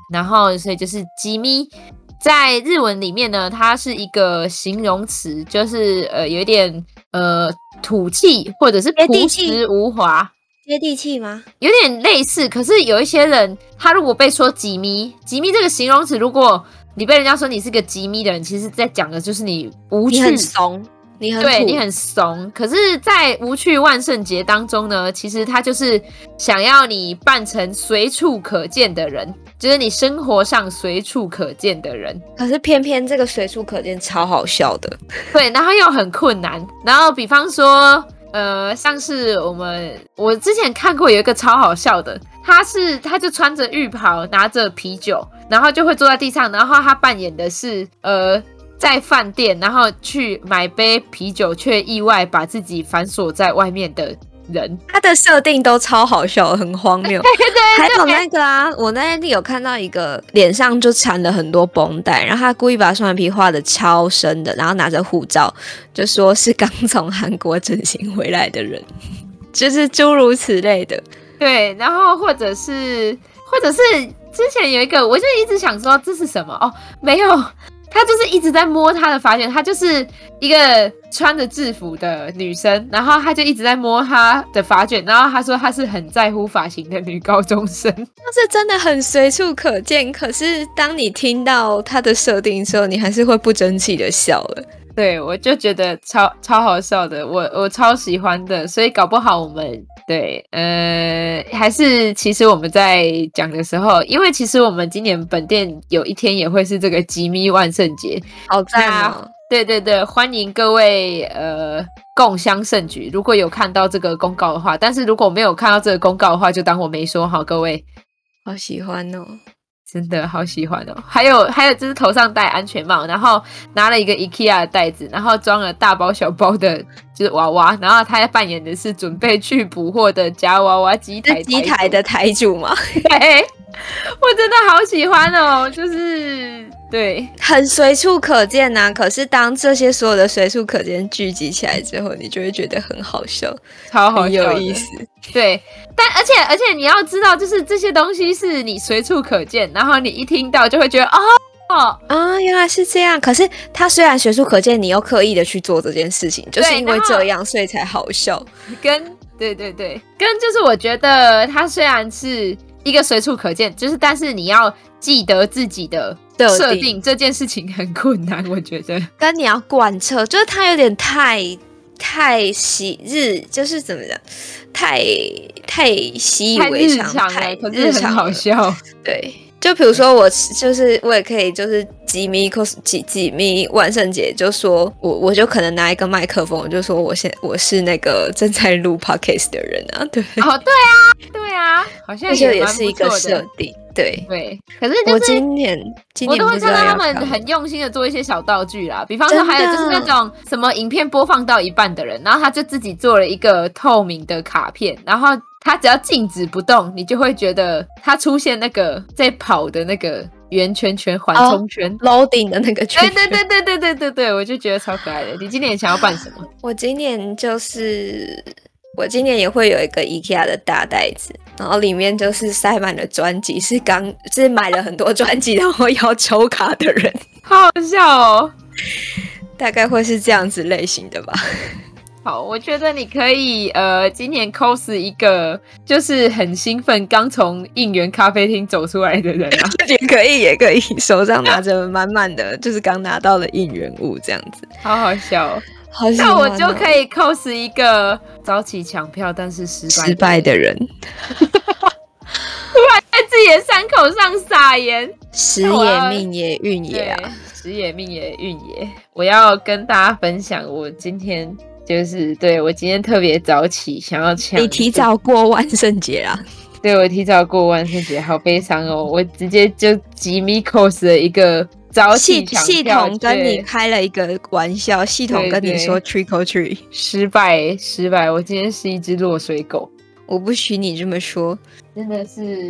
然后所以就是吉咪。在日文里面呢，它是一个形容词，就是呃有一点呃土气或者是朴实无华， 接地气吗？ 有点类似。可是有一些人，他如果被说吉咪，吉咪这个形容词，如果你被人家说你是个吉咪的人，其实在讲的就是你无趣、 你很怂，你很对你很怂。可是，在无趣万圣节当中呢，其实他就是想要你扮成随处可见的人。就是你生活上随处可见的人， 可是偏偏这个随处可见超好笑的， 对，然后又很困难。然后比方说，呃，像是我们我之前看过有一个超好笑的，他是他就穿着浴袍，拿着啤酒，然后就会坐在地上，然后他扮演的是呃在饭店，然后去买杯啤酒，却意外把自己反锁在外面的人。 他的设定都超好笑，很荒谬。 对对对， 还有那个啊，我那天有看到一个脸上就缠了很多绷带，然后他故意把双眼皮画的超深的，然后拿着护照就说是刚从韩国整形回来的人，就是诸如此类的。 对，然后或者是或者是之前有一个，我就一直想说这是什么哦，没有。他就是一直在摸他的发卷，他就是一个穿着制服的女生，然后他就一直在摸他的发卷，然后他说他是很在乎发型的女高中生。 那是真的很随处可见，可是当你听到他的设定的时候，你还是会不争气的笑了。 对，我就觉得超超好笑的，我我超喜欢的，所以搞不好我们对，呃，还是其实我们在讲的时候，因为其实我们今年本店有一天也会是这个吉咪万圣节， 好赞哦！ 对对对，欢迎各位呃共襄盛举。如果有看到这个公告的话，但是如果没有看到这个公告的话，就当我没说好，各位。 好喜欢哦。 真的好喜欢哦！还有还有，就是头上戴安全帽，然后拿了一个 IKEA 的袋子，然后装了大包小包的，就是娃娃，然后他扮演的是准备去捕获的夹娃娃机台机台的台主吗？ 对，我真的好喜欢哦，就是对， 很随处可见啊。可是当这些所有的随处可见聚集起来之后，你就会觉得很好笑， 超好笑， 很有意思。 对，但而且而且你要知道，就是这些东西是你随处可见，然后你一听到就会觉得哦哦啊，原来是这样。可是它虽然随处可见，你又刻意的去做这件事情，就是因为这样，所以才好笑。 跟对对对，跟就是我觉得它虽然是一个随处可见，就是但是你要记得自己的设定，这件事情很困难，我觉得。 跟你要贯彻，就是它有点太。太习日就是怎么讲，太太习以为常， 太日常了，可是很好笑。 对，就比如说我就是我也可以就是吉咪 cos 吉吉咪万圣节，就说我我就可能拿一个麦克风，我就说我现我是那个正在录 podcast 的人啊，对。 哦，对啊，对啊，好像也也是一个设定。对对，可是就是我今年今年我都会看到他们很用心的做一些小道具啦，比方说还有就是那种什么影片播放到一半的人，然后他就自己做了一个透明的卡片，然后他只要静止不动，你就会觉得他出现那个在跑的那个圆圈圈缓冲圈、 oh, loading 的那个圈圈。 对对对对对对对对，我就觉得超可爱的。你今年想要办什么？ 我今年就是我今年也会有一个 IKEA 的大袋子，然后里面就是塞满了专辑，是刚是买了很多专辑然后要抽卡的人， 好好笑哦。 大概会是这样子类型的吧。 好，我觉得你可以呃，今年 cos 一个就是很兴奋刚从应援咖啡厅走出来的人啊。 也可以也可以，手上拿着满满的就是刚拿到的应援物这样子， 好好笑哦。 好喜欢哦，那我就可以 cos 一个早起抢票但是失败失败的人， 突然在自己的伤口上撒盐， 时也命也运也啊， 时也命也运也。我要跟大家分享，我今天就是对我今天特别早起，想要抢。 你提早过万圣节啦？ 对，我提早过万圣节，好悲伤哦！我直接就吉咪 cos 了一个。 系系统跟你开了一个玩笑，系统跟你说 trick or treat， 失败失败，我今天是一只落水狗， 我不许你这么说， 真的是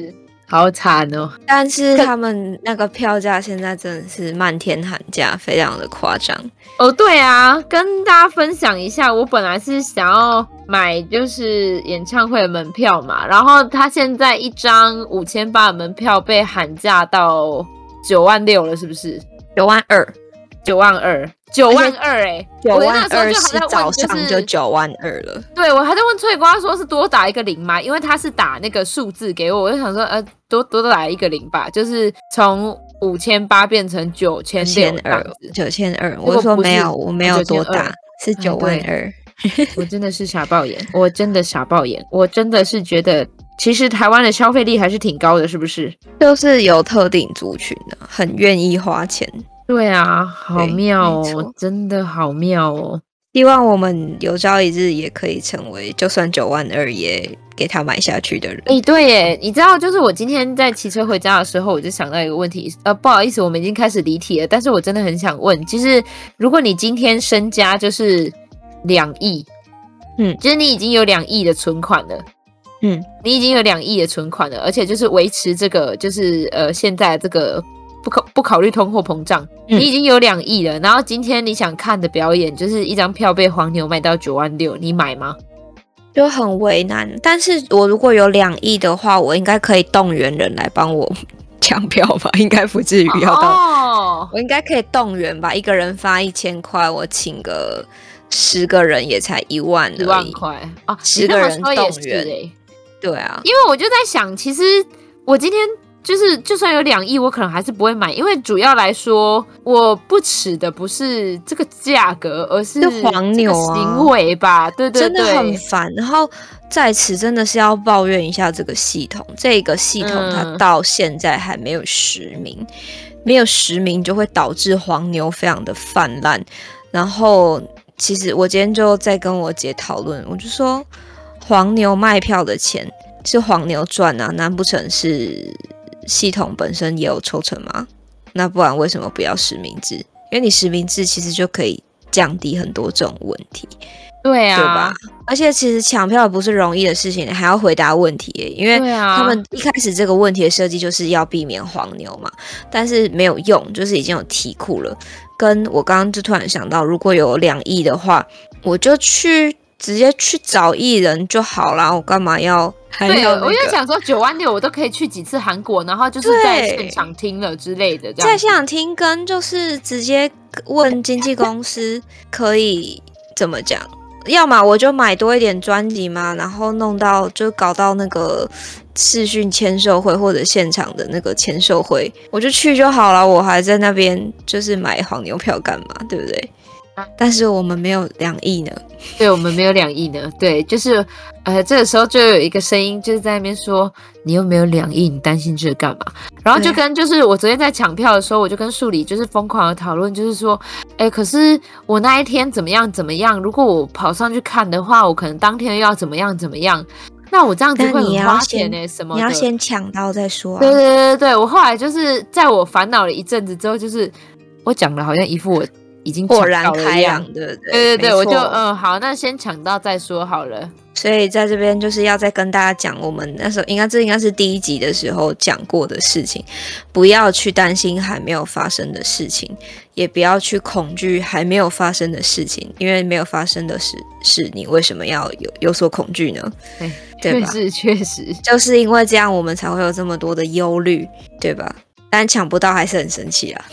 好惨哦。 但是他们那个票价现在真的是漫天喊价，非常的夸张。 哦，对啊，跟大家分享一下，我本来是想要买就是演唱会的门票嘛，然后他现在一张五千八的门票被喊价到九万六了，是不是？ 九万二， 九万二，九万二哎， 九万二是早上就九万二了。 对，我还在问翠瓜说是多打一个零吗？因为他是打那个数字给我，我就想说呃多多打一个零吧，就是从五千八变成九千六， 九千二。我说没有，我没有多打，是九万二。 我真的是傻爆眼，我真的傻爆眼，我真的是觉得，其实台湾的消费力还是挺高的，是不是？ 就是有特定族群的，很愿意花钱。 对啊，好妙哦，真的好妙哦。 希望我们有朝一日也可以成为，就算九万二也给他买下去的人。 哎、欸，对耶，你知道，就是我今天在骑车回家的时候，我就想到一个问题，呃，不好意思，我们已经开始离题了，但是我真的很想问，其实如果你今天身家就是两亿，嗯，就是你已经有两亿的存款了，嗯，你已经有两亿的存款了，而且就是维持这个，就是呃，现在这个。不考不考虑通货膨胀，你已经有两亿了、嗯，然后今天你想看的表演就是一张票被黄牛卖到九万六，你买吗？ 就很为难。但是我如果有两亿的话，我应该可以动员人来帮我抢票吧？应该不至于要到，哦、我应该可以动员吧？一个人发一千块，我请个十个人也才一万而已，一万块啊， 十个人动员， 欸、 对啊， 因为我就在想，其实我今天。就是就算有两亿，我可能还是不会买，因为主要来说，我不耻的不是这个价格，而是黄牛啊行为吧，对对对， 真的很烦。然后在此真的是要抱怨一下这个系统，这个系统它到现在还没有实名，嗯、没有实名就会导致黄牛非常的泛滥。然后其实我今天就在跟我姐讨论，我就说黄牛卖票的钱是黄牛赚啊，难不成是？系统本身也有抽成吗？那不然为什么不要实名制？因为你实名制其实就可以降低很多这种问题， 对啊， 对吧？而且其实抢票不是容易的事情，还要回答问题耶，因为他们一开始这个问题的设计就是要避免黄牛嘛，但是没有用，就是已经有题库了。跟我刚刚就突然想到，如果有两亿的话，我就去直接去找艺人就好啦，我干嘛要？还对， 有那個、 我就想说九万六我都可以去几次韩国，然后就是在现场听了之类的，这样在现场听跟就是直接问经纪公司可以怎么讲，要么我就买多一点专辑嘛，然后弄到就搞到那个视讯签售会或者现场的那个签售会，我就去就好了，我还在那边就是买黄牛票干嘛，对不对？但是我们没有两亿呢， 对，我们没有两亿呢，对，就是呃，这个时候就有一个声音就是在那边说，你又没有两亿，你担心这个干嘛？然后就跟就是我昨天在抢票的时候，我就跟助理就是疯狂的讨论，就是说，哎，可是我那一天怎么样怎么样，如果我跑上去看的话，我可能当天又要怎么样怎么样。那我这样子会很花钱呢、欸，什么的？ 你要先抢到再说、啊。 对对对对对，我后来就是在我烦恼了一阵子之后，就是我讲的好像一副我。已经豁然开朗，对不对？ 对对对，我就嗯好，那先抢到再说好了。 所以在这边就是要再跟大家讲，我们那时候应该这应该是第一集的时候讲过的事情，不要去担心还没有发生的事情，也不要去恐惧还没有发生的事情，因为没有发生的事是你为什么要有有所恐惧呢？ 对， 对吧？ 确实确实， 就是因为这样，我们才会有这么多的忧虑，对吧？但抢不到还是很生气啦。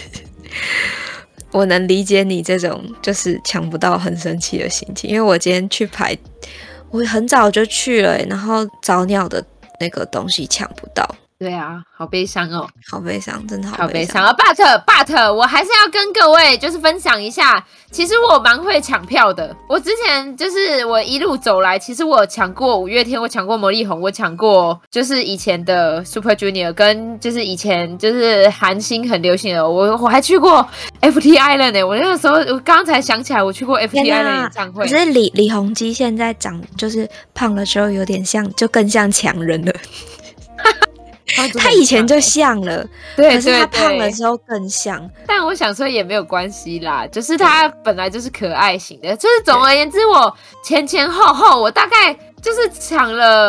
我能理解你这种就是抢不到很生气的心情，因为我今天去排，我很早就去了，然后早鸟的那个东西抢不到。 对啊，好悲伤哦， 好悲伤，真的好悲伤。好悲伤啊 ！But But， 我还是要跟各位就是分享一下，其实我蛮会抢票的。我之前就是我一路走来，其实我有抢过五月天，我抢过魔力红，我抢过就是以前的 Super Junior， 跟就是以前就是韩星很流行的，我我还去过 F T Island 欸。我那个时候我刚才想起来，我去过 F T Island 演唱会。 可是李李弘基现在长就是胖了之后，有点像，就更像强人了。他以前就像了， 对， 可是他胖了之后更像。 但我想说也没有关系啦，就是他本来就是可爱型的。就是总而言之，我前前后后我大概就是抢了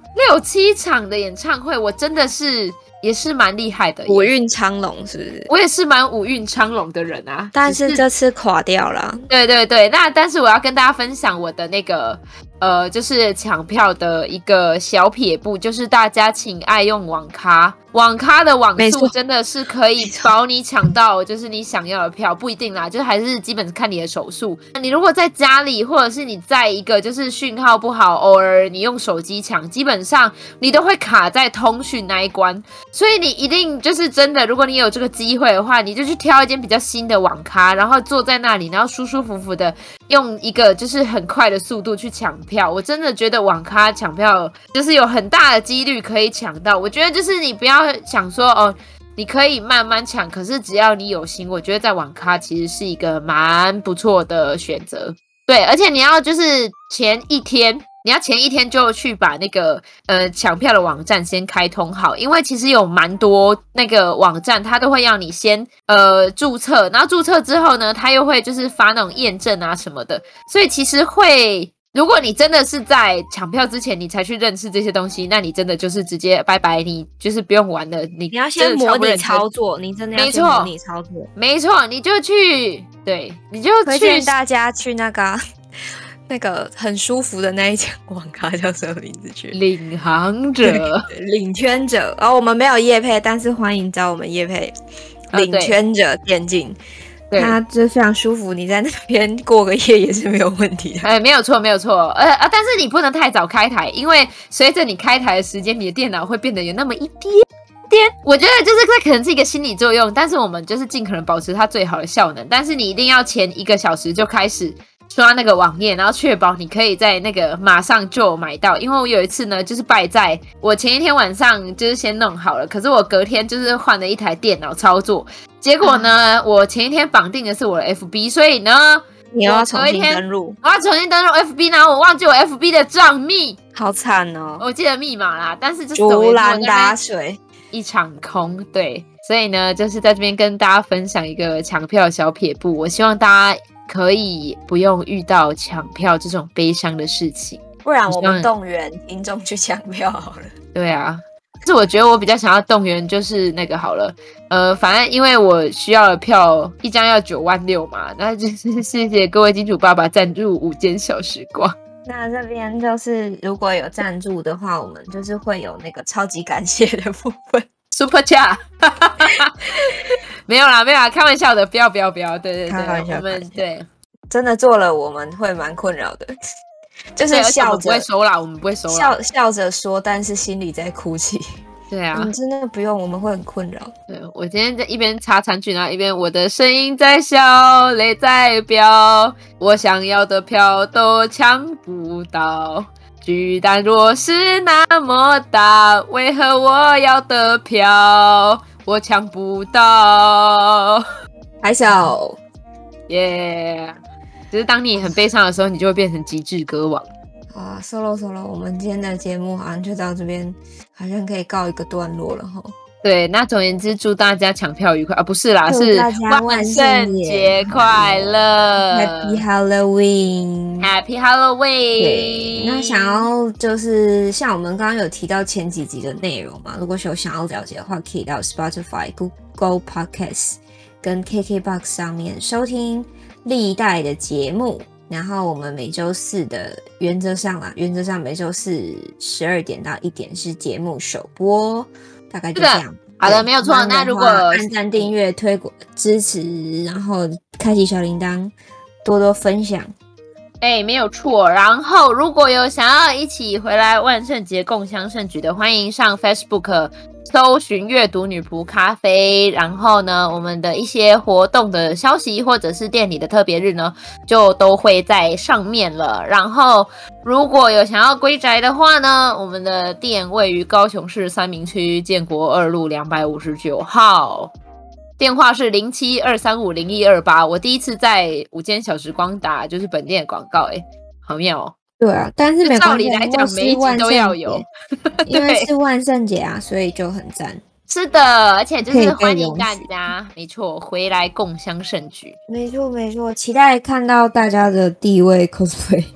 六七场的演唱会，我真的是也是蛮厉害的， 五运昌隆是不是？ 我也是蛮五运昌隆的人啊， 但是这次垮掉了。 对对对，那但是我要跟大家分享我的那个呃，就是抢票的一个小撇步，就是大家请爱用网咖。网咖的网速真的是可以保你抢到就是你想要的票，不一定啦，就还是基本看你的手速。你如果在家里，或者是你在一个就是讯号不好，偶尔你用手机抢，基本上你都会卡在通讯那一关。所以你一定就是真的，如果你有这个机会的话，你就去挑一间比较新的网咖，然后坐在那里，然后舒舒服服的用一个就是很快的速度去抢票。我真的觉得网咖抢票就是有很大的几率可以抢到。我觉得就是你不要想说哦，你可以慢慢抢，可是只要你有心，我觉得在网咖其实是一个蛮不错的选择。对，而且你要就是前一天。你要前一天就去把那个呃抢票的网站先开通好，因为其实有蛮多那个网站，它都会要你先呃注册，然后注册之后呢，它又会就是发那种验证啊什么的，所以其实会，如果你真的是在抢票之前你才去认识这些东西，那你真的就是直接拜拜，你就是不用玩了。你你要先模拟操作，你真的要先模拟操作， 没错，你就去，对，你就去。 推荐大家去那个。那个很舒服的那一间网咖叫什么名字去？ 领航者、 领圈者。然后、哦、我们没有业配，但是欢迎找我们业配。领圈者电竞，它就非常舒服，你在那边过个夜也是没有问题的。 哎，没有错，没有错。呃啊，但是你不能太早开台，因为随着你开台的时间，你的电脑会变得有那么一点点。我觉得就是这可能是一个心理作用，但是我们就是尽可能保持它最好的效能。但是你一定要前一个小时就开始刷那个网页，然后确保你可以在那个马上就买到。因为我有一次呢，就是败在我前一天晚上就是先弄好了，可是我隔天就是换了一台电脑操作，结果呢，嗯、我前一天绑定的是我的 F B， 所以呢， 你要重新登录， 我要重新登录 F B， 然后我忘记我 F B 的账密， 好惨哦！ 我记得密码啦，但是就是竹篮打水一场空，对，所以呢，就是在这边跟大家分享一个抢票小撇步，我希望大家可以不用遇到抢票这种悲伤的事情， 不然我们动员听众去抢票好了。 对啊，可是我觉得我比较想要动员就是那个好了，呃，反正因为我需要的票一张要九万六嘛，那就是谢谢各位金主爸爸赞助午间小时光。 那这边就是如果有赞助的话，我们就是会有那个超级感谢的部分。 Super Chat 没有啦没有啦，开玩笑的，不要不要不要，对对对， 开玩笑， 我们对真的做了我们会蛮困扰的，就是笑着不会收啦，我们不会收啦， 笑笑着说，但是心里在哭泣。 对啊， 你真的不用，我们会很困扰。 对，我今天在一边擦餐具，然后一边我的声音在笑，泪在飙，我想要的票都抢不到。巨蛋若是那么大，为何我要的票我抢不到？ 还小耶！只是当你很悲伤的时候，你就会变成极致歌王。 好啊 ，solo solo， 我们今天的节目好像就到这边，好像可以告一个段落了齁。 对，那总而言之，祝大家抢票愉快啊！不是啦，是万圣节快乐 ，Happy Halloween，Happy Halloween。 对，那想要就是像我们刚刚有提到前几集的内容嘛，如果有想要了解的话，可以到 Spotify、Google Podcast 跟 K K B O X 上面收听历代的节目。然后我们每周四的原则上啦，原则上每周四十二点到一点是节目首播。大概就这样。 好的，没有错。那如果按赞、订阅、推广、支持，然后开启小铃铛，多多分享。 哎，没有错。然后如果有想要一起回来万圣节共襄盛举的，欢迎上 Facebook 搜寻阅读女仆咖啡。然后呢，我们的一些活动的消息或者是店里的特别日呢，就都会在上面了。然后如果有想要归宅的话呢，我们的店位于高雄市三民区建国二路两百五十九号。电话是零七二三五零一二八，我第一次在午间小时光打就是本店的广告，哎，好妙哦。 对啊，但是没关系， 照理来讲每一集都要有， 因为是万圣节啊，所以就很赞。 是的，而且就是欢迎大家，没错，回来共襄盛举。 没错没错，期待看到大家的地位 cosplay。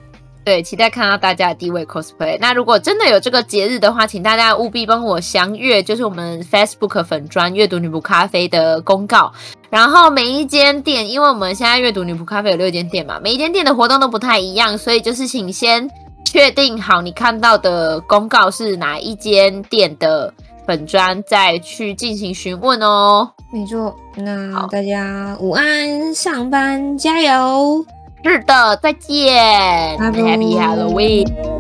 对，期待看到大家的第一位 cosplay。那如果真的有这个节日的话，请大家务必帮我详阅，就是我们 Facebook 粉专阅读女仆咖啡的公告。然后每一间店，因为我们现在阅读女仆咖啡有六间店嘛，每一间店的活动都不太一样，所以就是请先确定好你看到的公告是哪一间店的粉专，再去进行询问哦。 没错，那大家午安，上班加油！ 是的，再见 ，Happy Halloween。